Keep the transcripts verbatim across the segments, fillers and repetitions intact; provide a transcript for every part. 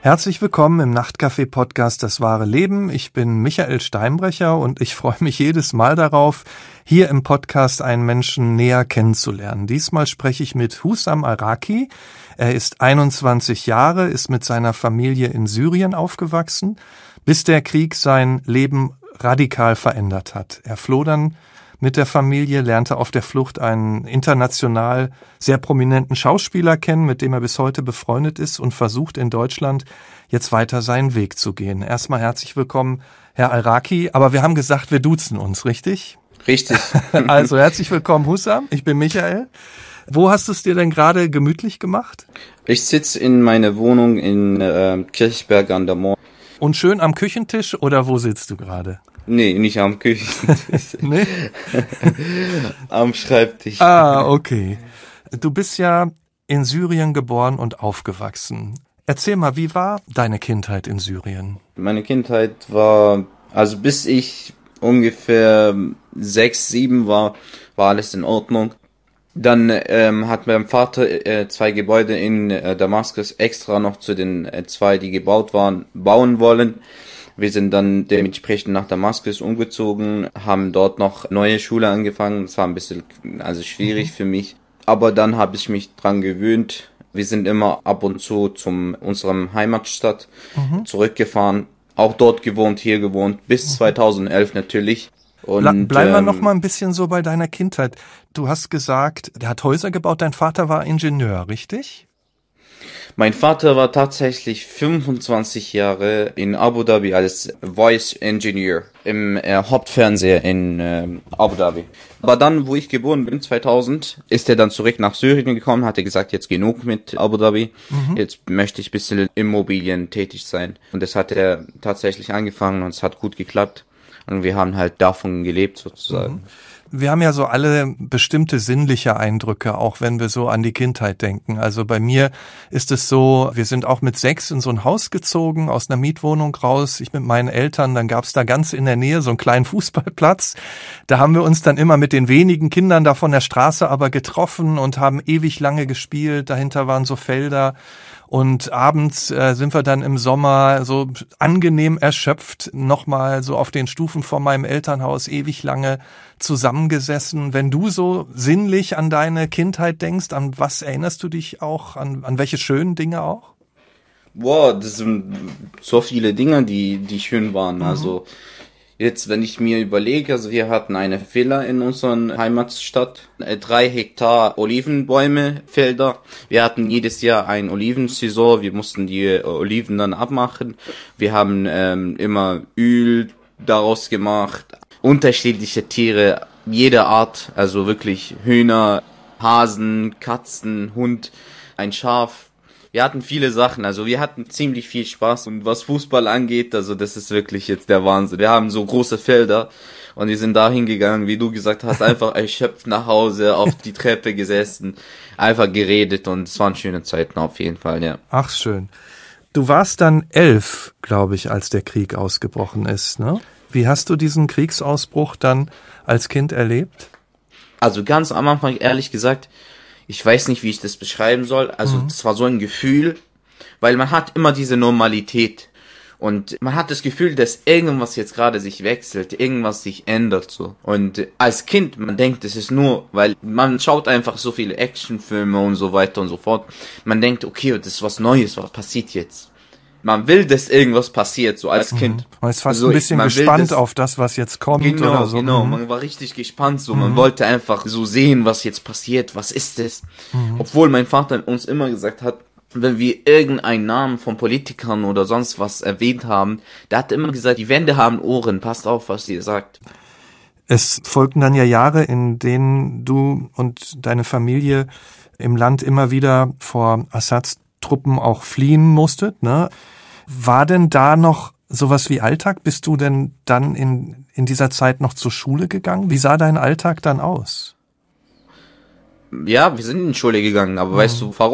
Herzlich willkommen im Nachtcafé-Podcast Das wahre Leben. Ich bin Michael Steinbrecher und ich freue mich jedes Mal darauf, hier im Podcast einen Menschen näher kennenzulernen. Diesmal spreche ich mit Hussam Araki. Er ist einundzwanzig Jahre, ist mit seiner Familie in Syrien aufgewachsen, bis der Krieg sein Leben radikal verändert hat. Er floh dann mit der Familie, lernte auf der Flucht einen international sehr prominenten Schauspieler kennen, mit dem er bis heute befreundet ist und versucht in Deutschland jetzt weiter seinen Weg zu gehen. Erstmal herzlich willkommen, Herr Araki. Aber wir haben gesagt, wir duzen uns, richtig? Richtig. Also herzlich willkommen, Hussam. Ich bin Michael. Wo hast du es dir denn gerade gemütlich gemacht? Ich sitze in meiner Wohnung in äh, Kirchberg an der Moor. Und schön am Küchentisch oder wo sitzt du gerade? Nee, nicht am Küchentisch. Nee? Am Schreibtisch. Ah, okay. Du bist ja in Syrien geboren und aufgewachsen. Erzähl mal, wie war deine Kindheit in Syrien? Meine Kindheit war, also bis ich ungefähr sechs, sieben war, war alles in Ordnung. Dann ähm, hat mein Vater äh, zwei Gebäude in äh, Damaskus extra noch zu den äh, zwei, die gebaut waren, bauen wollen. Wir sind dann dementsprechend nach Damaskus umgezogen, haben dort noch neue Schule angefangen. Das war ein bisschen also schwierig mhm. für mich. Aber dann habe ich mich dran gewöhnt. Wir sind immer ab und zu zum unserem Heimatstadt mhm. zurückgefahren. Auch dort gewohnt, hier gewohnt, bis mhm. zweitausendelf natürlich. Und, Bleiben wir ähm, noch mal ein bisschen so bei deiner Kindheit. Du hast gesagt, der hat Häuser gebaut, dein Vater war Ingenieur, richtig? Mein Vater war tatsächlich fünfundzwanzig Jahre in Abu Dhabi als Voice Engineer im äh, Hauptfernseher in äh, Abu Dhabi. Aber dann, wo ich geboren bin, zweitausend, ist er dann zurück nach Syrien gekommen, hatte gesagt, jetzt genug mit Abu Dhabi, mhm. jetzt möchte ich ein bisschen Immobilien tätig sein. Und das hat er tatsächlich angefangen und es hat gut geklappt. Und wir haben halt davon gelebt sozusagen. Mhm. Wir haben ja so alle bestimmte sinnliche Eindrücke, auch wenn wir so an die Kindheit denken. Also bei mir ist es so, wir sind auch mit sechs in so ein Haus gezogen, aus einer Mietwohnung raus, ich mit meinen Eltern, dann gab's da ganz in der Nähe so einen kleinen Fußballplatz. Da haben wir uns dann immer mit den wenigen Kindern da von der Straße aber getroffen und haben ewig lange gespielt. Dahinter waren so Felder. Und abends äh, sind wir dann im Sommer so angenehm erschöpft nochmal so auf den Stufen vor meinem Elternhaus ewig lange zusammengesessen. Wenn du so sinnlich an deine Kindheit denkst, an was erinnerst du dich auch? An, an welche schönen Dinge auch? Boah, das sind so viele Dinge, die, die schön waren. Mhm. Also jetzt, wenn ich mir überlege, also wir hatten eine Villa in unserer Heimatstadt, drei Hektar Olivenbäume, Felder. Wir hatten jedes Jahr ein Olivensaison, wir mussten die Oliven dann abmachen. Wir haben ähm, immer Öl daraus gemacht, unterschiedliche Tiere, jede Art, also wirklich Hühner, Hasen, Katzen, Hund, ein Schaf. Wir hatten viele Sachen, also wir hatten ziemlich viel Spaß und was Fußball angeht, also das ist wirklich jetzt der Wahnsinn. Wir haben so große Felder und wir sind da hingegangen, wie du gesagt hast, einfach erschöpft nach Hause, auf die Treppe gesessen, einfach geredet und es waren schöne Zeiten auf jeden Fall, ja. Ach, schön. Du warst dann elf, glaube ich, als der Krieg ausgebrochen ist, ne? Wie hast du diesen Kriegsausbruch dann als Kind erlebt? Also ganz am Anfang, ehrlich gesagt, ich weiß nicht, wie ich das beschreiben soll. Also mhm. das war so ein Gefühl, weil man hat immer diese Normalität und man hat das Gefühl, dass irgendwas jetzt gerade sich wechselt, irgendwas sich ändert so. Und als Kind, man denkt, es ist nur, weil man schaut einfach so viele Actionfilme und so weiter und so fort. Man denkt, okay, das ist was Neues, was passiert jetzt? Man will, dass irgendwas passiert, so als Kind. Man ist fast so, ein bisschen gespannt das, auf das, was jetzt kommt. Genau, oder so. genau. Man war richtig gespannt, so. Man mhm. wollte einfach so sehen, was jetzt passiert. Was ist es? Mhm. Obwohl mein Vater uns immer gesagt hat, wenn wir irgendeinen Namen von Politikern oder sonst was erwähnt haben, der hat immer gesagt, die Wände haben Ohren, passt auf, was ihr sagt. Es folgten dann ja Jahre, in denen du und deine Familie im Land immer wieder vor Assads Truppen auch fliehen musstet, ne? War denn da noch sowas wie Alltag? Bist du denn dann in in dieser Zeit noch zur Schule gegangen? Wie sah dein Alltag dann aus? Ja, wir sind in die Schule gegangen, aber mhm. weißt du warum?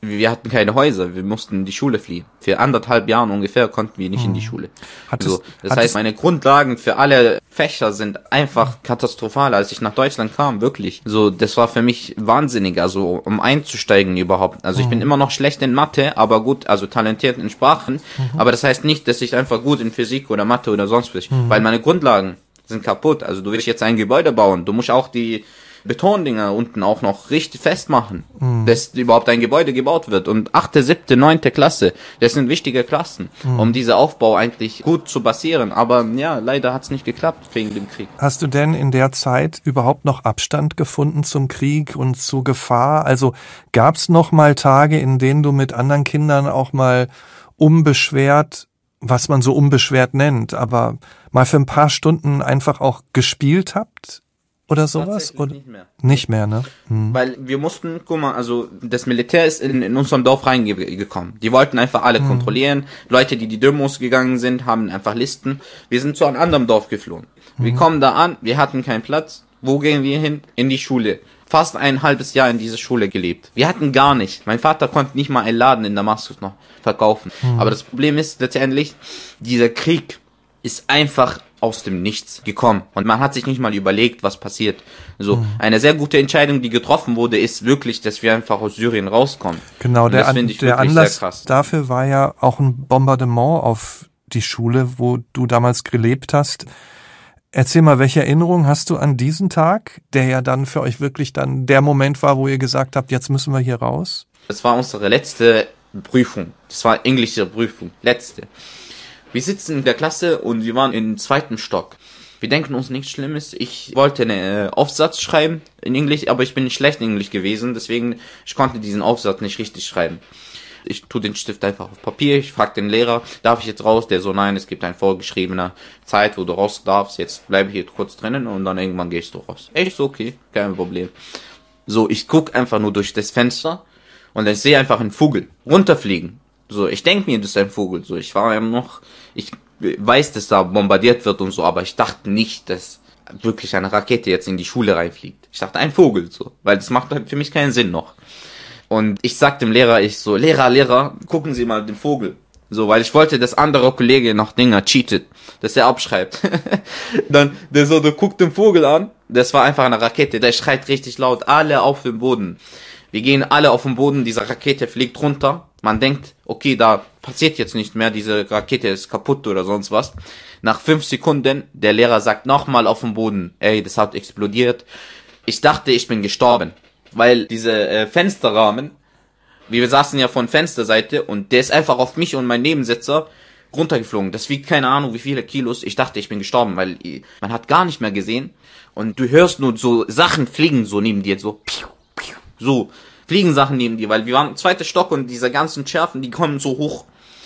wir hatten keine Häuser, wir mussten in die Schule fliehen. Für anderthalb Jahren ungefähr konnten wir nicht mhm. in die Schule. Hattest, so, das heißt, meine Grundlagen für alle Fächer sind einfach katastrophal, als ich nach Deutschland kam, wirklich. So, das war für mich wahnsinnig, also um einzusteigen überhaupt. Also ich mhm. bin immer noch schlecht in Mathe, aber gut, also talentiert in Sprachen. Mhm. Aber das heißt nicht, dass ich einfach gut in Physik oder Mathe oder sonst was, mhm. weil meine Grundlagen sind kaputt. Also du willst jetzt ein Gebäude bauen, du musst auch die Betondinger unten auch noch richtig festmachen, mhm. dass überhaupt ein Gebäude gebaut wird. Und achte, siebte, neunte Klasse, das sind wichtige Klassen, mhm. um diese Aufbau eigentlich gut zu basieren. Aber ja, leider hat's nicht geklappt wegen dem Krieg. Hast du denn in der Zeit überhaupt noch Abstand gefunden zum Krieg und zur Gefahr? Also gab's noch mal Tage, in denen du mit anderen Kindern auch mal unbeschwert, was man so unbeschwert nennt, aber mal für ein paar Stunden einfach auch gespielt habt? Oder sowas? Oder? Nicht mehr. Nicht mehr, ne? Hm. Weil wir mussten, guck mal, also das Militär ist in, in unserem Dorf reingekommen. Die wollten einfach alle hm. kontrollieren. Leute, die die Demos gegangen sind, haben einfach Listen. Wir sind zu einem anderen Dorf geflohen. Hm. Wir kommen da an, wir hatten keinen Platz. Wo gehen wir hin? In die Schule. Fast ein halbes Jahr in dieser Schule gelebt. Wir hatten gar nicht. Mein Vater konnte nicht mal einen Laden in Damaskus noch verkaufen. Hm. Aber das Problem ist letztendlich, dieser Krieg ist einfach aus dem Nichts gekommen. Und man hat sich nicht mal überlegt, was passiert. So, mhm. eine sehr gute Entscheidung, die getroffen wurde, ist wirklich, dass wir einfach aus Syrien rauskommen. Genau, der, an, der Anlass dafür war ja auch ein Bombardement auf die Schule, wo du damals gelebt hast. Erzähl mal, welche Erinnerung hast du an diesen Tag, der ja dann für euch wirklich dann der Moment war, wo ihr gesagt habt, jetzt müssen wir hier raus? Das war unsere letzte Prüfung. Das war englische Prüfung. Letzte. Wir sitzen in der Klasse und wir waren im zweiten Stock. Wir denken uns nichts Schlimmes. Ich wollte einen äh, Aufsatz schreiben in Englisch, aber ich bin nicht schlecht in Englisch gewesen, deswegen ich konnte diesen Aufsatz nicht richtig schreiben. Ich tue den Stift einfach auf Papier, ich frage den Lehrer, darf ich jetzt raus? Der so, nein, es gibt eine vorgeschriebene Zeit, wo du raus darfst, jetzt bleibe ich hier kurz drinnen und dann irgendwann gehst du raus. Echt so, okay, kein Problem. So, ich guck einfach nur durch das Fenster und ich sehe einfach einen Vogel runterfliegen. So, ich denke mir, das ist ein Vogel. So, ich war ja noch, ich weiß, dass da bombardiert wird und so, aber ich dachte nicht, dass wirklich eine Rakete jetzt in die Schule reinfliegt. Ich dachte, ein Vogel, so, weil das macht für mich keinen Sinn noch. Und ich sag dem Lehrer, ich so, Lehrer, Lehrer, gucken Sie mal den Vogel. So, weil ich wollte, dass andere Kollege noch Dinger cheatet, dass er abschreibt. Dann, der so, der guckt den Vogel an, das war einfach eine Rakete, der schreit richtig laut, alle auf den Boden. Wir gehen alle auf den Boden, diese Rakete fliegt runter. Man denkt, okay, da passiert jetzt nicht mehr, diese Rakete ist kaputt oder sonst was. Nach fünf Sekunden, der Lehrer sagt nochmal auf den Boden, ey, das hat explodiert. Ich dachte, ich bin gestorben, weil diese äh, Fensterrahmen, wir saßen ja von Fensterseite und der ist einfach auf mich und meinen Nebensitzer runtergeflogen. Das wiegt keine Ahnung wie viele Kilos. Ich dachte, ich bin gestorben, weil man hat gar nicht mehr gesehen. Und du hörst nur so Sachen fliegen so neben dir, so piu, piu, so fliegen Sachen neben dir, weil wir waren im zweiten Stock und diese ganzen Schärfen, die kommen so hoch.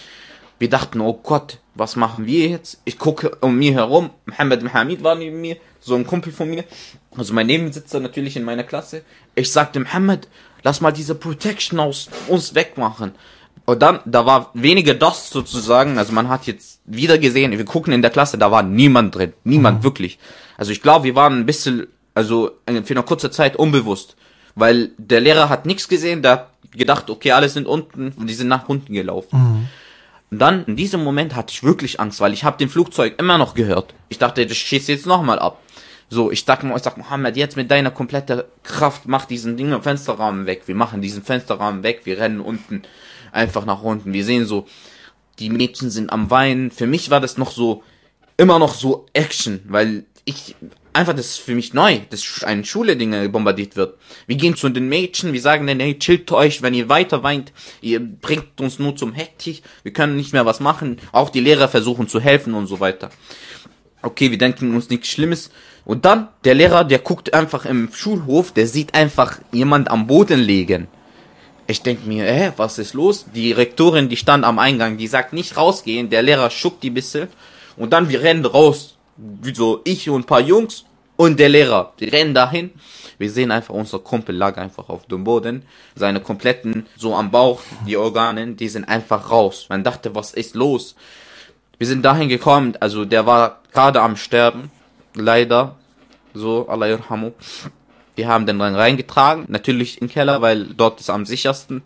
Wir dachten, oh Gott, was machen wir jetzt? Ich gucke um mir herum, Mohammed Mohammed war neben mir, so ein Kumpel von mir, also mein Nebensitzer natürlich in meiner Klasse. Ich sagte, Mohammed, lass mal diese Protection aus uns wegmachen. Und dann, da war weniger Dust sozusagen, also man hat jetzt wieder gesehen, wir gucken in der Klasse, da war niemand drin, niemand mhm. wirklich. Also ich glaube, wir waren ein bisschen, also für eine kurze Zeit unbewusst. Weil der Lehrer hat nichts gesehen, der hat gedacht, okay, alle sind unten und die sind nach unten gelaufen. Mhm. Und dann, in diesem Moment hatte ich wirklich Angst, weil ich habe den Flugzeug immer noch gehört. Ich dachte, das schießt jetzt nochmal ab. So, ich dachte mir, ich sag, Mohammed, jetzt mit deiner kompletten Kraft, mach diesen Ding im Fensterrahmen weg. Wir machen diesen Fensterrahmen weg, wir rennen unten, einfach nach unten. Wir sehen so, die Mädchen sind am Weinen. Für mich war das noch so, immer noch so Action, weil ich... Einfach, das ist für mich neu, dass eine Schule Dinge bombardiert wird. Wir gehen zu den Mädchen, wir sagen denen, hey, chillt euch, wenn ihr weiter weint, ihr bringt uns nur zum Hektik, wir können nicht mehr was machen, auch die Lehrer versuchen zu helfen und so weiter. Okay, wir denken uns nichts Schlimmes. Und dann, der Lehrer, der guckt einfach im Schulhof, der sieht einfach jemand am Boden liegen. Ich denk mir, hä, was ist los? Die Rektorin, die stand am Eingang, die sagt nicht rausgehen, der Lehrer schuckt die bisschen und dann wir rennen raus. Wie so ich und ein paar Jungs und der Lehrer, die rennen dahin. Wir sehen einfach, unser Kumpel lag einfach auf dem Boden. Seine kompletten, so am Bauch, die Organen, die sind einfach raus. Man dachte, was ist los? Wir sind dahin gekommen, also der war gerade am Sterben. Leider. So, Allah yarhamu. Wir haben den dann reingetragen. Natürlich im Keller, weil dort ist am sichersten.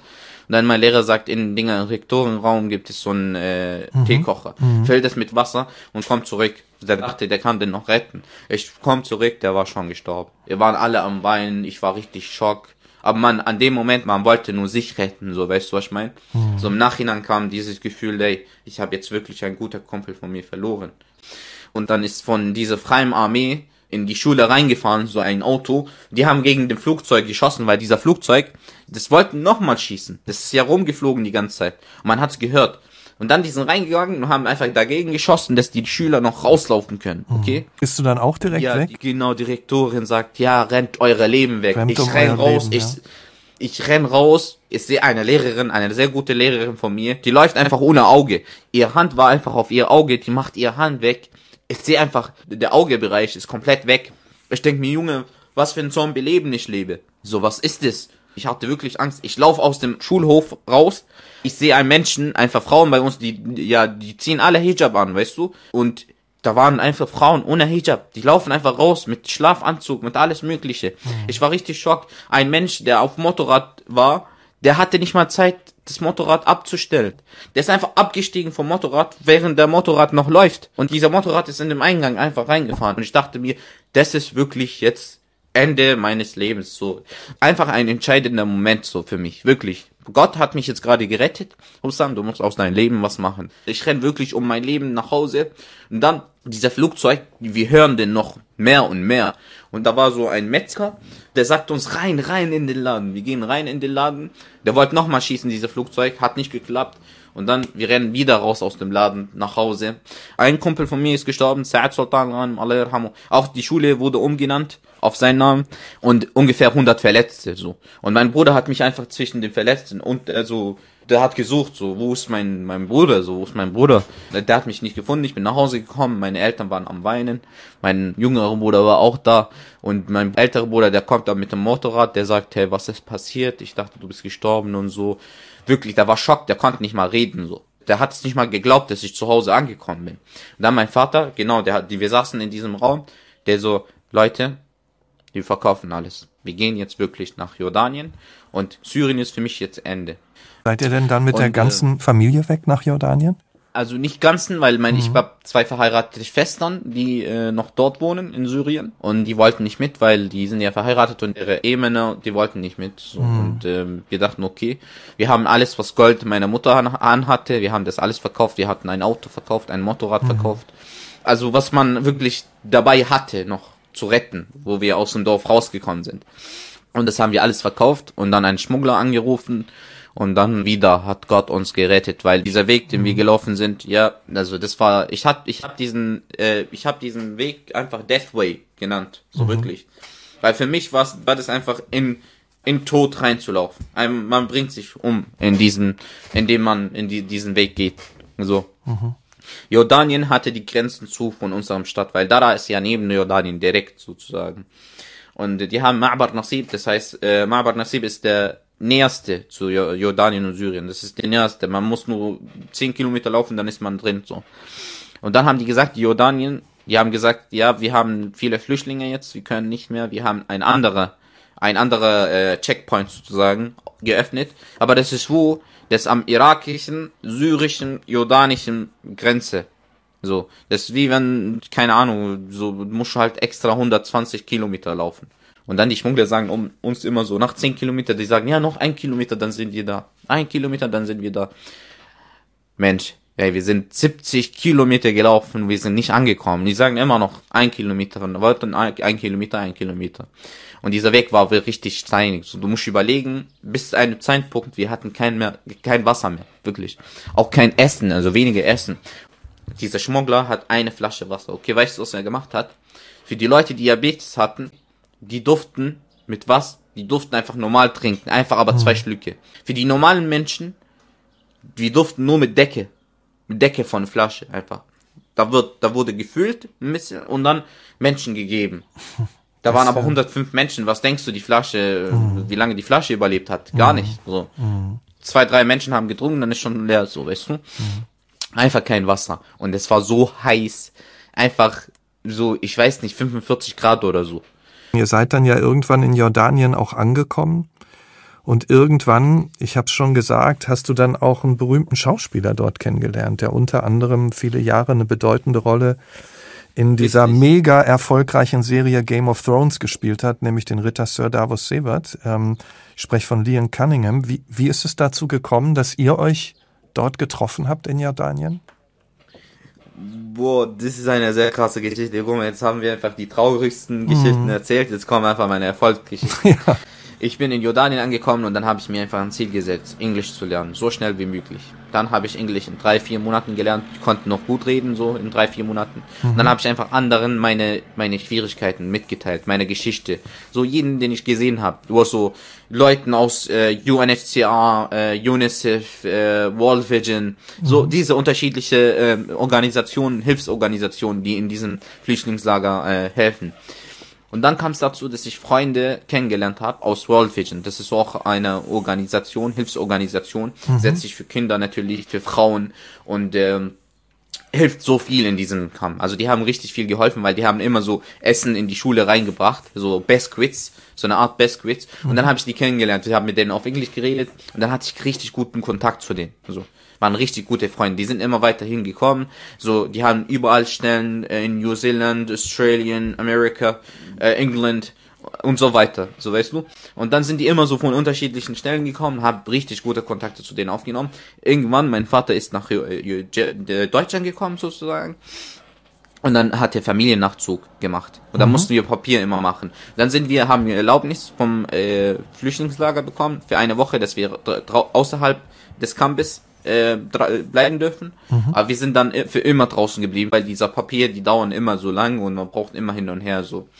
Und dann mein Lehrer sagt, in den Rektorenraum gibt es so einen äh, mhm. Teekocher. Mhm. Füllt es mit Wasser und kommt zurück. Der dachte, der kann den noch retten. Ich komm zurück, der war schon gestorben. Wir waren alle am Weinen, ich war richtig schock. Aber man, an dem Moment, man wollte nur sich retten, so, weißt du, was ich meine? Mhm. So im Nachhinein kam dieses Gefühl, ey, ich habe jetzt wirklich einen guten Kumpel von mir verloren. Und dann ist von dieser freien Armee in die Schule reingefahren, so ein Auto. Die haben gegen den Flugzeug geschossen, weil dieser Flugzeug, das wollten nochmal schießen. Das ist ja rumgeflogen die ganze Zeit. Und man hat's gehört. Und dann die sind reingegangen und haben einfach dagegen geschossen, dass die Schüler noch rauslaufen können, okay? Bist du dann auch direkt ja, weg? Ja, genau, die Rektorin sagt, ja, rennt eure Leben weg. Rennt ich um renn raus, Leben, ich, ja. ich renn raus, ich sehe eine Lehrerin, eine sehr gute Lehrerin von mir, die läuft einfach ohne Auge. Ihre Hand war einfach auf ihr Auge, die macht ihre Hand weg. Ich sehe einfach, der Augebereich ist komplett weg. Ich denke mir, Junge, was für ein Zombie-Leben ich lebe. So, was ist das? Ich hatte wirklich Angst. Ich laufe aus dem Schulhof raus. Ich sehe einen Menschen, einfach Frauen bei uns, die, ja, die ziehen alle Hijab an, weißt du? Und da waren einfach Frauen ohne Hijab. Die laufen einfach raus mit Schlafanzug, mit alles Mögliche. Mhm. Ich war richtig schockt. Ein Mensch, der auf Motorrad war, der hatte nicht mal Zeit, das Motorrad abzustellen. Der ist einfach abgestiegen vom Motorrad, während der Motorrad noch läuft. Und dieser Motorrad ist in dem Eingang einfach reingefahren. Und ich dachte mir, das ist wirklich jetzt Ende meines Lebens, so. Einfach ein entscheidender Moment, so, für mich. Wirklich. Gott hat mich jetzt gerade gerettet. Hussam, du musst aus deinem Leben was machen. Ich renn wirklich um mein Leben nach Hause. Und dann, dieser Flugzeug, wir hören den noch mehr und mehr. Und da war so ein Metzger, der sagt uns rein, rein in den Laden. Wir gehen rein in den Laden. Der wollte nochmal schießen, dieser Flugzeug. Hat nicht geklappt. Und dann, wir rennen wieder raus aus dem Laden nach Hause. Ein Kumpel von mir ist gestorben, Sa'ad Sultan, Allah yarhamu. Auch die Schule wurde umgenannt auf seinen Namen und ungefähr hundert Verletzte, so. Und mein Bruder hat mich einfach zwischen den Verletzten und, also, der hat gesucht, so, wo ist mein, mein Bruder, so, wo ist mein Bruder? Der hat mich nicht gefunden, ich bin nach Hause gekommen, meine Eltern waren am Weinen, mein jüngerer Bruder war auch da und mein älterer Bruder, der kommt da mit dem Motorrad, der sagt, hey, was ist passiert? Ich dachte, du bist gestorben und so. Wirklich, der war schockt, der konnte nicht mal reden, so. Der hat es nicht mal geglaubt, dass ich zu Hause angekommen bin. Und dann mein Vater, genau, der hat, die, wir saßen in diesem Raum, der so, Leute, wir verkaufen alles. Wir gehen jetzt wirklich nach Jordanien und Syrien ist für mich jetzt Ende. Seid ihr denn dann mit und, der ganzen äh, Familie weg nach Jordanien? Also nicht ganzen, weil mein, mhm. ich habe zwei verheiratete Schwestern, die äh, noch dort wohnen in Syrien und die wollten nicht mit, weil die sind ja verheiratet und ihre Ehemänner, die wollten nicht mit. So. Mhm. Und ähm, wir dachten, okay, wir haben alles, was Gold meiner Mutter an, an hatte, wir haben das alles verkauft, wir hatten ein Auto verkauft, ein Motorrad mhm. verkauft. Also was man wirklich dabei hatte noch zu retten, wo wir aus dem Dorf rausgekommen sind. Und das haben wir alles verkauft und dann einen Schmuggler angerufen und dann wieder hat Gott uns gerettet, weil dieser Weg, den wir gelaufen sind, ja, also das war, ich hab, ich hab diesen, äh, ich hab diesen Weg einfach Death Way genannt, so mhm. wirklich. Weil für mich war das einfach in, in Tod reinzulaufen. Ein, man bringt sich um in diesen, indem man in die, diesen Weg geht, so. Mhm. Jordanien hatte die Grenzen zu von unserem Stadt, weil Dara ist ja neben Jordanien direkt sozusagen. Und die haben Ma'bar Nasib, das heißt, äh, Ma'bar Nasib ist der näherste zu Jordanien und Syrien. Das ist der näherste. Man muss nur zehn Kilometer laufen, dann ist man drin, so. Und dann haben die gesagt, die Jordanien, die haben gesagt, ja, wir haben viele Flüchtlinge jetzt, wir können nicht mehr, wir haben ein anderer, ein anderer äh, Checkpoint sozusagen geöffnet. Aber das ist wo? Das am irakischen, syrischen, jordanischen Grenze. So, das ist wie wenn, keine Ahnung, so musst du halt extra hundertzwanzig Kilometer laufen. Und dann die Schmuggler sagen um uns immer so, nach zehn Kilometer, die sagen, ja, noch ein Kilometer, dann sind wir da. Ein Kilometer, dann sind wir da. Mensch, ey, wir sind siebzig Kilometer gelaufen, wir sind nicht angekommen. Die sagen immer noch ein Kilometer, und wollten ein, ein Kilometer, ein Kilometer. Und dieser Weg war richtig steinig. So, du musst überlegen, bis zu einem Zeitpunkt, wir hatten kein mehr, kein Wasser mehr, wirklich. Auch kein Essen, also weniger Essen. Dieser Schmuggler hat eine Flasche Wasser. Okay, weißt du, was er gemacht hat? Für die Leute, die Diabetes hatten, die durften, mit was? Die durften einfach normal trinken, einfach aber zwei Schlücke. Für die normalen Menschen, die durften nur mit Decke, mit Decke von Flasche, einfach. Da wird, da wurde gefüllt, ein bisschen, und dann Menschen gegeben. Da waren aber hundertfünf Menschen. Was denkst du, die Flasche, mhm. wie lange die Flasche überlebt hat? Gar mhm. nicht. So. Mhm. Zwei, drei Menschen haben getrunken, dann ist schon leer, so, weißt du? Mhm. Einfach kein Wasser. Und es war so heiß. Einfach so, ich weiß nicht, fünfundvierzig Grad oder so. Ihr seid dann ja irgendwann in Jordanien auch angekommen. Und irgendwann, ich habe es schon gesagt, hast du dann auch einen berühmten Schauspieler dort kennengelernt, der unter anderem viele Jahre eine bedeutende Rolle in dieser Richtig. mega erfolgreichen Serie Game of Thrones gespielt hat, nämlich den Ritter Sir Davos Severt. Ähm, ich spreche von Liam Cunningham. Wie, wie ist es dazu gekommen, dass ihr euch dort getroffen habt in Jordanien? Boah, das ist eine sehr krasse Geschichte. Guck mal, jetzt haben wir einfach die traurigsten Geschichten mm. erzählt. Jetzt kommen einfach meine Erfolgsgeschichten. Ja. Ich bin in Jordanien angekommen und dann habe ich mir einfach ein Ziel gesetzt, Englisch zu lernen, so schnell wie möglich. Dann habe ich Englisch in drei, vier Monaten gelernt. Ich konnte noch gut reden, so in drei, vier Monaten. Mhm. Und dann habe ich einfach anderen meine meine Schwierigkeiten mitgeteilt, meine Geschichte. So jeden, den ich gesehen habe. Du hast so Leuten aus äh, U N H C R, äh, UNICEF, äh, World Vision, mhm. so diese unterschiedliche äh, Organisationen, Hilfsorganisationen, die in diesem Flüchtlingslager äh, helfen. Und dann kam es dazu, dass ich Freunde kennengelernt habe aus World Vision. Das ist auch eine Organisation, Hilfsorganisation, mhm. setzt sich für Kinder natürlich, für Frauen und ähm, hilft so viel in diesem Kampf. Also die haben richtig viel geholfen, weil die haben immer so Essen in die Schule reingebracht, so Biscuits, so eine Art Biscuits. Und dann habe ich die kennengelernt, ich habe mit denen auf Englisch geredet und dann hatte ich richtig guten Kontakt zu denen. So. Waren richtig gute Freunde, die sind immer weiterhin gekommen, so, die haben überall Stellen äh, in New Zealand, Australien, Amerika, äh, England und so weiter, so weißt du. Und dann sind die immer so von unterschiedlichen Stellen gekommen, haben richtig gute Kontakte zu denen aufgenommen. Irgendwann, mein Vater ist nach äh, Deutschland gekommen sozusagen. Und dann hat er Familiennachzug gemacht. Und dann mhm. mussten wir Papier immer machen. Dann sind wir, haben wir Erlaubnis vom äh, Flüchtlingslager bekommen für eine Woche, dass wir außerhalb des Campus äh, bleiben dürfen. Mhm. Aber wir sind dann für immer draußen geblieben, weil dieser Papier, die dauern immer so lang und man braucht immer hin und her so.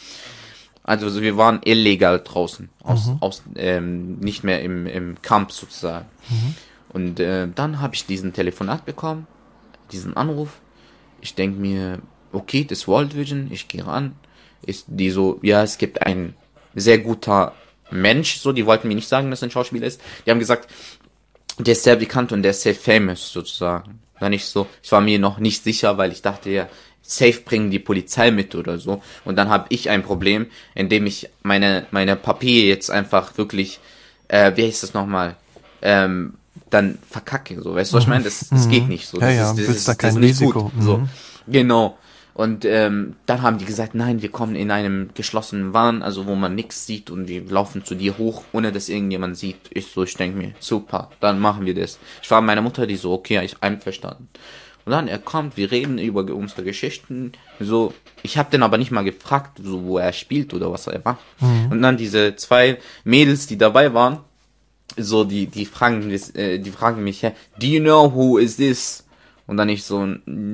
Also wir waren illegal draußen, aus, mhm. aus ähm, nicht mehr im, im Camp sozusagen. Mhm. Und äh, dann habe ich diesen Telefonat bekommen, diesen Anruf. Ich denke mir, okay, das World Vision, ich gehe ran. Ist die so, ja, es gibt einen sehr guter Mensch, so, die wollten mir nicht sagen, dass er ein Schauspieler ist. Die haben gesagt, der ist sehr bekannt und der ist sehr famous sozusagen. Dann ich so, ich war mir noch nicht sicher, weil ich dachte ja, safe bringen die Polizei mit oder so. Und dann habe ich ein Problem, indem ich meine meine Papier jetzt einfach wirklich, äh, wie heißt das nochmal, ähm, dann verkacke, so, weißt du, was ich meine? Das, das mhm. geht nicht so. Das ja, ja, ist, das ist, ist, da kein das ist nicht Risiko. gut. So, mhm. Genau. Und ähm, dann haben die gesagt, nein, wir kommen in einem geschlossenen Van, also wo man nichts sieht und wir laufen zu dir hoch, ohne dass irgendjemand sieht. Ich so, ich denke mir, super, dann machen wir das. Ich war meiner Mutter, die so, okay, ich einverstanden. Und dann, er kommt, wir reden über unsere Geschichten, so, ich habe den aber nicht mal gefragt, so, wo er spielt oder was er macht. Mhm. Und dann diese zwei Mädels, die dabei waren, so, die, die fragen, äh, die fragen mich, do you know who is this? Und dann ich so,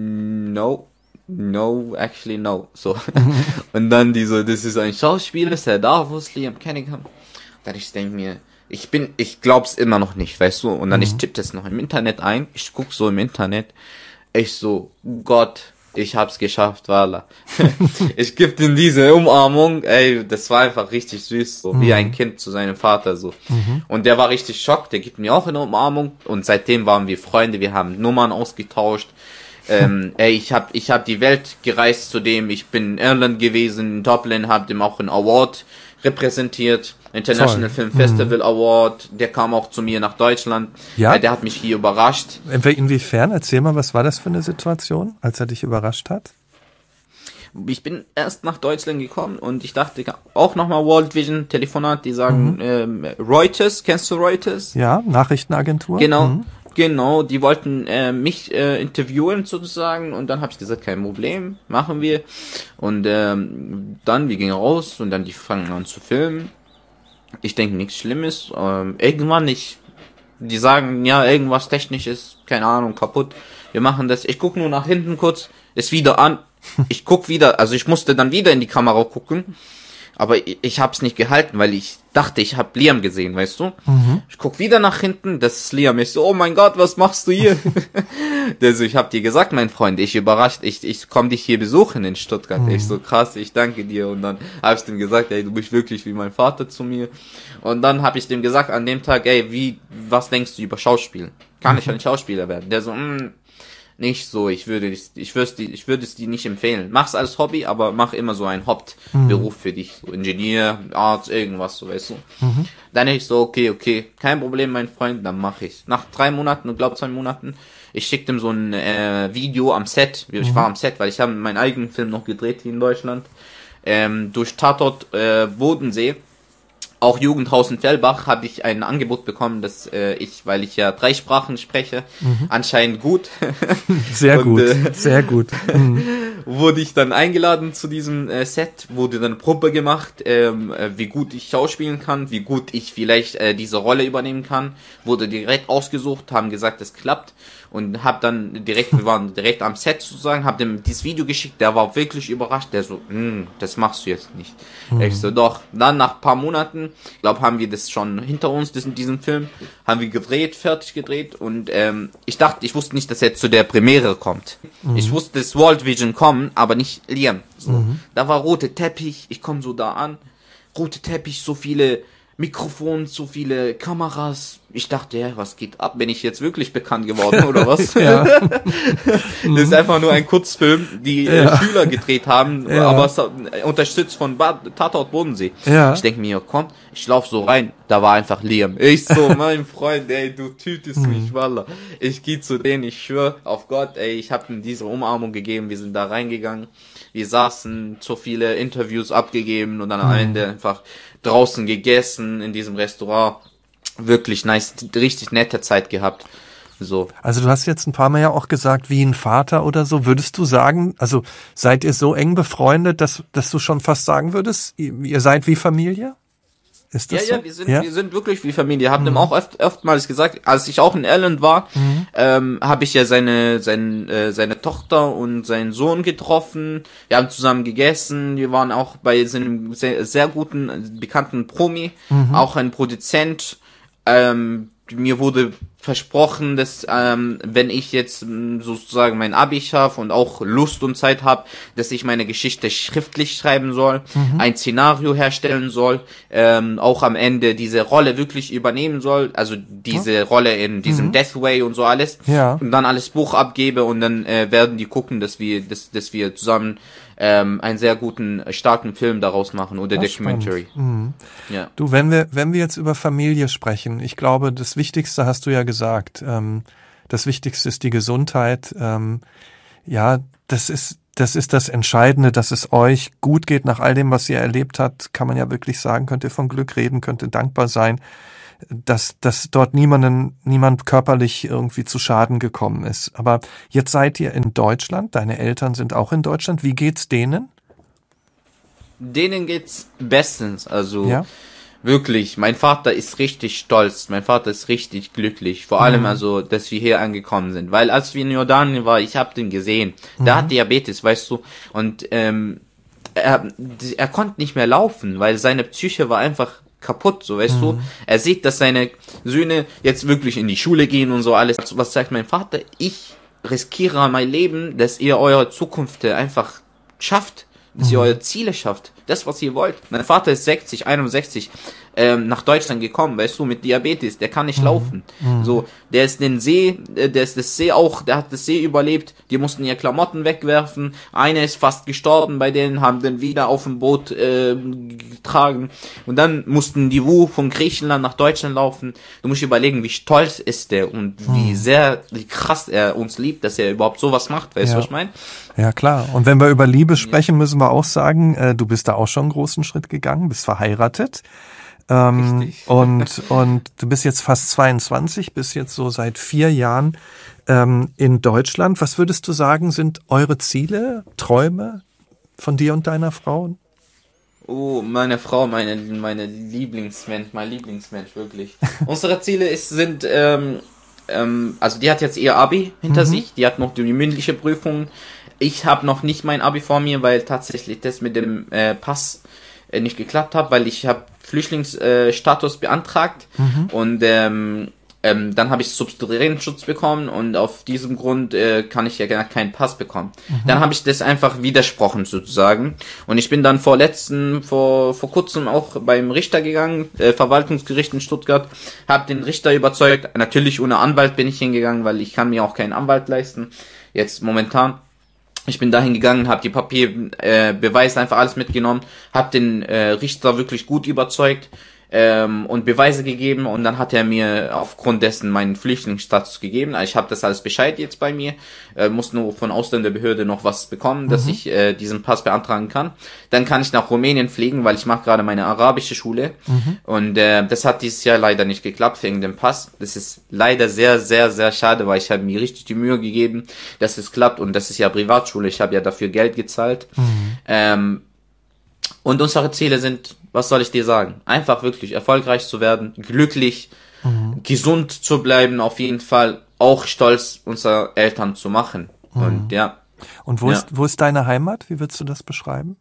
no. No, actually no. So. Und dann die so, das ist ein Schauspieler, Sir Davos, Liam Cunningham. Dann ich denke mir, ich bin, ich glaub's immer noch nicht, weißt du? Und dann mhm. ich tippe das noch im Internet ein, ich guck so im Internet, ich so, Gott, ich hab's geschafft, voilà. Ich geb ihm diese Umarmung, ey, das war einfach richtig süß, so, mhm. wie ein Kind zu seinem Vater, so. Mhm. Und der war richtig schockt, der gibt mir auch eine Umarmung und seitdem waren wir Freunde, wir haben Nummern ausgetauscht. ähm, ey, ich hab, ich hab die Welt gereist zudem, ich bin in Irland gewesen, in Dublin, hab dem auch einen Award repräsentiert, International Toll. Film Festival mhm. Award, der kam auch zu mir nach Deutschland, ja? äh, der hat mich hier überrascht. Inwiefern? Erzähl mal, was war das für eine Situation, als er dich überrascht hat? Ich bin erst nach Deutschland gekommen und ich dachte auch nochmal World Vision, Telefonat, die sagen, mhm. ähm, Reuters, kennst du Reuters? Ja, Nachrichtenagentur. Genau. Mhm. Genau, die wollten äh, mich äh, interviewen sozusagen und dann habe ich gesagt, kein Problem, machen wir. Und ähm, dann, wir gingen raus und dann die fangen an zu filmen. Ich denke, nichts Schlimmes. Ähm, irgendwann, ich, die sagen, ja, irgendwas Technisches, keine Ahnung, kaputt. Wir machen das. Ich gucke nur nach hinten kurz, ist wieder an. Ich guck wieder, also ich musste dann wieder in die Kamera gucken. Aber ich, ich hab's nicht gehalten, weil ich dachte, ich hab Liam gesehen, weißt du? Mhm. Ich guck wieder nach hinten, das ist Liam. Ich so, oh mein Gott, was machst du hier? Also ich hab dir gesagt, mein Freund, ich überrascht, ich ich komm dich hier besuchen in Stuttgart. Mhm. Ich so, krass, ich danke dir. Und dann hab ich dem gesagt, ey, du bist wirklich wie mein Vater zu mir. Und dann hab ich dem gesagt an dem Tag, ey, wie, was denkst du über Schauspiel? Kann mhm. ich ein Schauspieler werden? Der so, mh, nicht so, ich würde ich würde ich würde es dir nicht empfehlen. Mach's als Hobby, aber mach immer so einen Hauptberuf mhm. für dich, so Ingenieur, Arzt, irgendwas, so, weißt du. Mhm. Dann ich so, okay, okay, kein Problem, mein Freund, dann mach ich. Nach drei Monaten, ich glaube zwei Monaten, ich schickte ihm so ein äh, Video am Set, ich mhm. war am Set, weil ich habe meinen eigenen Film noch gedreht hier in Deutschland, ähm, durch Tatort äh, Bodensee. Auch Jugendhaus in Fellbach habe ich ein Angebot bekommen, dass äh, ich, weil ich ja drei Sprachen spreche, mhm. anscheinend gut. Sehr und, gut, äh, sehr gut. Mhm. Wurde ich dann eingeladen zu diesem äh, Set, wurde dann Probe gemacht, ähm, äh, wie gut ich schauspielen kann, wie gut ich vielleicht äh, diese Rolle übernehmen kann. Wurde direkt ausgesucht, haben gesagt, es klappt. Und hab dann direkt, wir waren direkt am Set sozusagen, hab dem dieses Video geschickt, der war wirklich überrascht, der so, das machst du jetzt nicht. Mhm. Ich so, doch. Dann nach ein paar Monaten, glaube haben wir das schon hinter uns, diesen, diesen Film, haben wir gedreht, fertig gedreht und ähm, ich dachte, ich wusste nicht, dass er jetzt zu der Premiere kommt. Mhm. Ich wusste, dass World Vision kommen, aber nicht Liam. So. Mhm. Da war rote Teppich, ich komme so da an, rote Teppich, so viele Mikrofon, so viele Kameras. Ich dachte, ja, was geht ab? Bin ich jetzt wirklich bekannt geworden oder was? Ja. Das ist einfach nur ein Kurzfilm, die ja. äh, Schüler gedreht haben, ja. aber äh, unterstützt von Bad, Tatort Bodensee. Ja. Ich denke mir, komm, ich lauf so rein, da war einfach Liam. Ich so, mein Freund, ey, du tütest mhm. mich, Wallah. Ich gehe zu denen, ich schwör auf Gott, ey, ich habe ihm diese Umarmung gegeben, wir sind da reingegangen. Wir saßen, so viele Interviews abgegeben und dann am Ende einfach draußen gegessen in diesem Restaurant. Wirklich nice, richtig nette Zeit gehabt. So. Also du hast jetzt ein paar Mal ja auch gesagt, wie ein Vater oder so. Würdest du sagen, also seid ihr so eng befreundet, dass, dass du schon fast sagen würdest, ihr, ihr seid wie Familie? Ist das ja, so? ja, wir sind, ja? wir sind wirklich wie Familie. Hab mhm. ihm auch oft, oftmals gesagt, als ich auch in Irland war, mhm. ähm, habe ich ja seine, seine, äh, seine Tochter und seinen Sohn getroffen. Wir haben zusammen gegessen. Wir waren auch bei seinem sehr, sehr guten, bekannten Promi, mhm. auch ein Produzent. Ähm, mir wurde versprochen, dass ähm, wenn ich jetzt sozusagen mein Abi schaffe und auch Lust und Zeit habe, dass ich meine Geschichte schriftlich schreiben soll, mhm. ein Szenario herstellen soll, ähm, auch am Ende diese Rolle wirklich übernehmen soll, also diese ja. Rolle in diesem mhm. Deathway und so alles, ja. und dann alles Buch abgebe und dann äh, werden die gucken, dass wir, dass, dass wir zusammen ähm, einen sehr guten, starken Film daraus machen oder das Documentary. Mhm. Ja. Du, wenn wir, wenn wir jetzt über Familie sprechen, ich glaube, das Wichtigste hast du ja gesagt. Ähm, das Wichtigste ist die Gesundheit. Ähm, ja, das ist, das ist das Entscheidende, dass es euch gut geht nach all dem, was ihr erlebt habt. Kann man ja wirklich sagen, könnt ihr von Glück reden, könnt ihr dankbar sein, dass, dass dort niemanden, niemand körperlich irgendwie zu Schaden gekommen ist. Aber jetzt seid ihr in Deutschland, deine Eltern sind auch in Deutschland. Wie geht's denen? Denen geht's bestens, also ja? Wirklich, mein Vater ist richtig stolz, mein Vater ist richtig glücklich, vor allem mhm. also, dass wir hier angekommen sind, weil als wir in Jordanien waren, ich habe den gesehen, mhm. der hat Diabetes, weißt du, und ähm, er, er konnte nicht mehr laufen, weil seine Psyche war einfach kaputt, so weißt mhm. du, er sieht, dass seine Söhne jetzt wirklich in die Schule gehen und so alles, was sagt mein Vater, ich riskiere mein Leben, dass ihr eure Zukunft einfach schafft, dass ihr eure Ziele schafft, das, was ihr wollt. Mein Vater ist sechzig, einundsechzig, ähm, nach Deutschland gekommen, weißt du, mit Diabetes, der kann nicht mhm. laufen. Mhm. So, der ist den See, äh, der ist das See auch, der hat das See überlebt, die mussten ihre Klamotten wegwerfen, einer ist fast gestorben, bei denen haben den wieder auf dem Boot äh, getragen und dann mussten die Wu von Griechenland nach Deutschland laufen. Du musst überlegen, wie stolz ist der und mhm. wie sehr, wie krass er uns liebt, dass er überhaupt sowas macht, weißt du, ja. was ich meine? Ja, klar. Und wenn wir über Liebe sprechen, müssen wir auch sagen, äh, du bist da auch schon einen großen Schritt gegangen, bist verheiratet. Ähm, und, und du bist jetzt fast zweiundzwanzig, bist jetzt so seit vier Jahren ähm, in Deutschland. Was würdest du sagen, sind eure Ziele, Träume von dir und deiner Frau? Oh, meine Frau, meine, meine Lieblingsmensch, mein Lieblingsmensch, wirklich. Unsere Ziele ist, sind, ähm, ähm, also die hat jetzt ihr Abi hinter mhm. sich, die hat noch die mündliche Prüfung. Ich habe noch nicht mein Abi vor mir, weil tatsächlich das mit dem äh, Pass äh, nicht geklappt hat, weil ich habe Flüchtlingsstatus äh, beantragt mhm. und ähm, ähm, dann habe ich Subsidiaritätsschutz bekommen und auf diesem Grund äh, kann ich ja gar keinen Pass bekommen. Mhm. Dann habe ich das einfach widersprochen sozusagen und ich bin dann vor letzten, vor vor kurzem auch beim Richter gegangen, äh, Verwaltungsgericht in Stuttgart, habe den Richter überzeugt, natürlich ohne Anwalt bin ich hingegangen, weil ich kann mir auch keinen Anwalt leisten. jetzt momentan. Ich bin dahin gegangen, habe die Papier, äh, Beweise einfach alles mitgenommen, habe den äh, Richter wirklich gut überzeugt ähm, und Beweise gegeben und dann hat er mir aufgrund dessen meinen Flüchtlingsstatus gegeben. Also ich habe das alles Bescheid jetzt bei mir, äh, muss nur von Ausländerbehörde noch was bekommen, dass mhm. ich äh, diesen Pass beantragen kann. Dann kann ich nach Rumänien fliegen, weil ich mache gerade meine arabische Schule mhm. und äh, das hat dieses Jahr leider nicht geklappt wegen dem Pass. Das ist leider sehr, sehr, sehr schade, weil ich habe mir richtig die Mühe gegeben, dass es klappt und das ist ja Privatschule, ich habe ja dafür Geld gezahlt. Mhm. Ähm, und unsere Ziele sind, was soll ich dir sagen, einfach wirklich erfolgreich zu werden, glücklich, mhm. gesund zu bleiben, auf jeden Fall auch stolz unsere Eltern zu machen. Mhm. Und ja. Und wo ja. ist wo ist deine Heimat? Wie würdest du das beschreiben?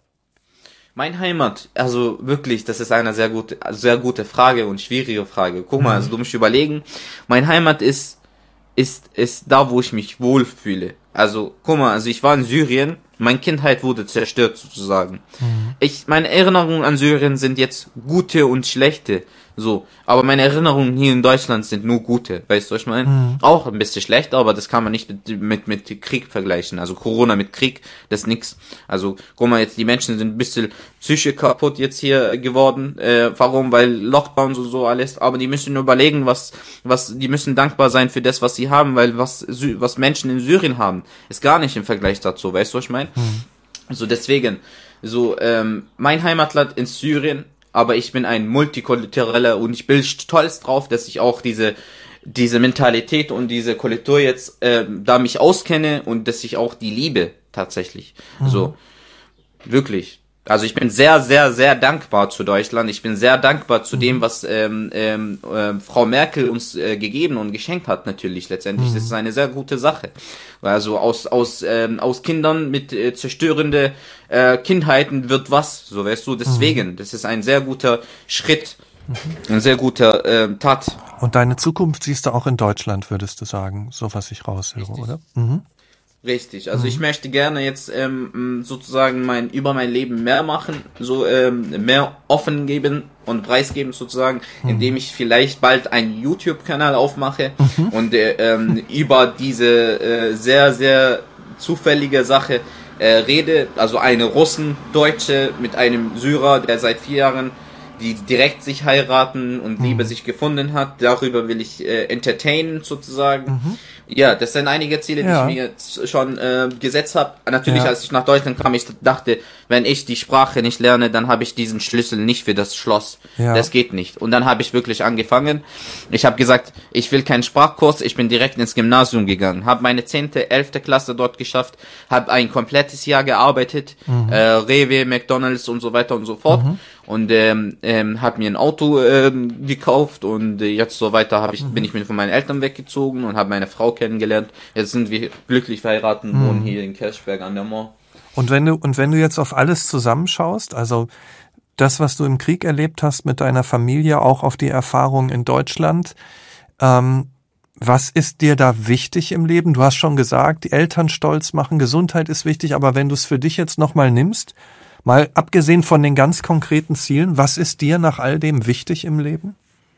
Mein Heimat, also wirklich, das ist eine sehr gute, sehr gute Frage und schwierige Frage. Guck mal, mhm. also du musst überlegen, mein Heimat ist, ist, ist da, wo ich mich wohlfühle. Also, guck mal, also ich war in Syrien, meine Kindheit wurde zerstört sozusagen. Mhm. Ich, meine Erinnerungen an Syrien sind jetzt gute und schlechte. So, aber meine Erinnerungen hier in Deutschland sind nur gute, weißt du, was ich meine? Mhm. Auch ein bisschen schlecht, aber das kann man nicht mit, mit, mit Krieg vergleichen. Also Corona mit Krieg, das ist nix. Also, guck mal, jetzt die Menschen sind ein bisschen psychisch kaputt jetzt hier geworden. Äh, warum? Weil Lockdowns und so alles. Aber die müssen überlegen, was, was, die müssen dankbar sein für das, was sie haben, weil was, was Menschen in Syrien haben, ist gar nicht im Vergleich dazu, weißt du, was ich meine? Mhm. So, deswegen, so, ähm, mein Heimatland in Syrien, aber ich bin ein Multikultureller und ich bin stolz drauf, dass ich auch diese diese Mentalität und diese Kultur jetzt äh, da mich auskenne und dass ich auch die liebe tatsächlich. Mhm. So wirklich. Also ich bin sehr, sehr, sehr dankbar zu Deutschland. Ich bin sehr dankbar zu mhm. dem, was ähm, ähm, äh, Frau Merkel uns äh, gegeben und geschenkt hat natürlich letztendlich. Mhm. Das ist eine sehr gute Sache. Also aus aus ähm, aus Kindern mit äh, zerstörende äh, Kindheiten wird was, so weißt du. Deswegen, mhm. das ist ein sehr guter Schritt, mhm. ein sehr guter äh, Tat. Und deine Zukunft siehst du auch in Deutschland, würdest du sagen, so was ich raushöre, Richtig. Oder? Mhm. Richtig, also mhm. ich möchte gerne jetzt ähm, sozusagen mein über mein Leben mehr machen, so ähm, mehr offen geben und preisgeben sozusagen, mhm. indem ich vielleicht bald einen YouTube-Kanal aufmache mhm. und äh, ähm, über diese äh, sehr, sehr zufällige Sache äh, rede, also eine Russen-Deutsche mit einem Syrer, der seit vier Jahren die direkt sich heiraten und mhm. Liebe sich gefunden hat. Darüber will ich äh, entertainen sozusagen. Mhm. Ja, das sind einige Ziele, die ja. ich mir jetzt schon äh, gesetzt habe. Natürlich, ja. als ich nach Deutschland kam, ich dachte, wenn ich die Sprache nicht lerne, dann habe ich diesen Schlüssel nicht für das Schloss. Ja. Das geht nicht. Und dann habe ich wirklich angefangen. Ich habe gesagt, ich will keinen Sprachkurs, ich bin direkt ins Gymnasium gegangen. Habe meine zehnte, elfte Klasse dort geschafft, habe ein komplettes Jahr gearbeitet, mhm. äh, Rewe, McDonald's und so weiter und so fort. Mhm. Und ähm, ähm, habe mir ein Auto ähm, gekauft und äh, jetzt so weiter hab ich, mhm. bin ich mir von meinen Eltern weggezogen und habe meine Frau kennengelernt. Jetzt sind wir glücklich verheiratet und mhm. wohnen hier in Kirchberg an der Mauer. Und wenn du und wenn du jetzt auf alles zusammenschaust, also das, was du im Krieg erlebt hast mit deiner Familie, auch auf die Erfahrung in Deutschland, ähm, was ist dir da wichtig im Leben? Du hast schon gesagt, die Eltern stolz machen, Gesundheit ist wichtig, aber wenn du es für dich jetzt nochmal nimmst, mal abgesehen von den ganz konkreten Zielen, was ist dir nach all dem wichtig im Leben?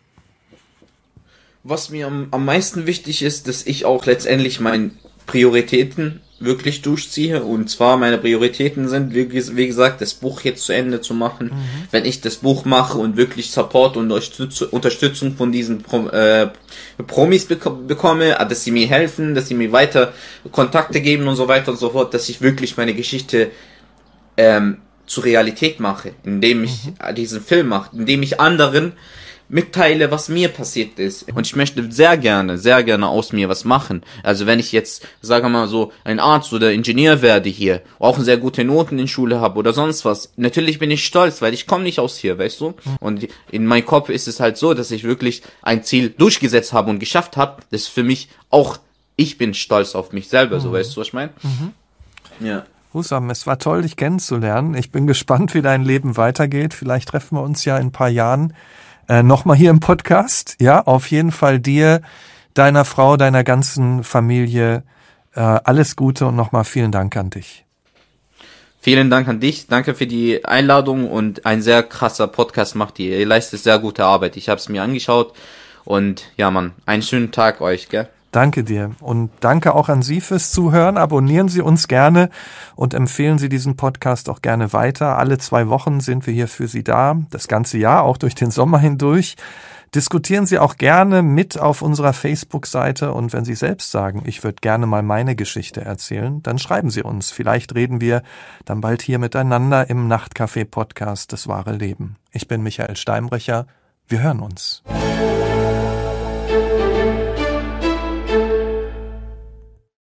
Was mir am, am meisten wichtig ist, dass ich auch letztendlich meine Prioritäten wirklich durchziehe. Und zwar meine Prioritäten sind, wie, wie gesagt, das Buch jetzt zu Ende zu machen. Mhm. Wenn ich das Buch mache und wirklich Support und Unterstützung von diesen Pro, äh, Promis bek- bekomme, dass sie mir helfen, dass sie mir weiter Kontakte geben und so weiter und so fort, dass ich wirklich meine Geschichte ähm, zur Realität mache, indem ich mhm. diesen Film mache, indem ich anderen mitteile, was mir passiert ist. Und ich möchte sehr gerne, sehr gerne aus mir was machen. Also wenn ich jetzt, sagen wir mal so, ein Arzt oder Ingenieur werde hier, auch sehr gute Noten in Schule habe oder sonst was, natürlich bin ich stolz, weil ich komme nicht aus hier, weißt du? Und in meinem Kopf ist es halt so, dass ich wirklich ein Ziel durchgesetzt habe und geschafft habe. Das ist für mich auch, ich bin stolz auf mich selber, mhm. so weißt du, was ich meine? Mhm. Ja. Husam, es war toll, dich kennenzulernen. Ich bin gespannt, wie dein Leben weitergeht. Vielleicht treffen wir uns ja in ein paar Jahren äh, nochmal hier im Podcast. Ja, auf jeden Fall dir, deiner Frau, deiner ganzen Familie äh, alles Gute und nochmal vielen Dank an dich. Vielen Dank an dich. Danke für die Einladung und ein sehr krasser Podcast macht ihr. Ihr leistet sehr gute Arbeit. Ich habe es mir angeschaut und ja, Mann, einen schönen Tag euch, gell? Danke dir und danke auch an Sie fürs Zuhören. Abonnieren Sie uns gerne und empfehlen Sie diesen Podcast auch gerne weiter. Alle zwei Wochen sind wir hier für Sie da, das ganze Jahr, auch durch den Sommer hindurch. Diskutieren Sie auch gerne mit auf unserer Facebook-Seite und wenn Sie selbst sagen, ich würde gerne mal meine Geschichte erzählen, dann schreiben Sie uns. Vielleicht reden wir dann bald hier miteinander im Nachtcafé-Podcast Das wahre Leben. Ich bin Michael Steinbrecher. Wir hören uns.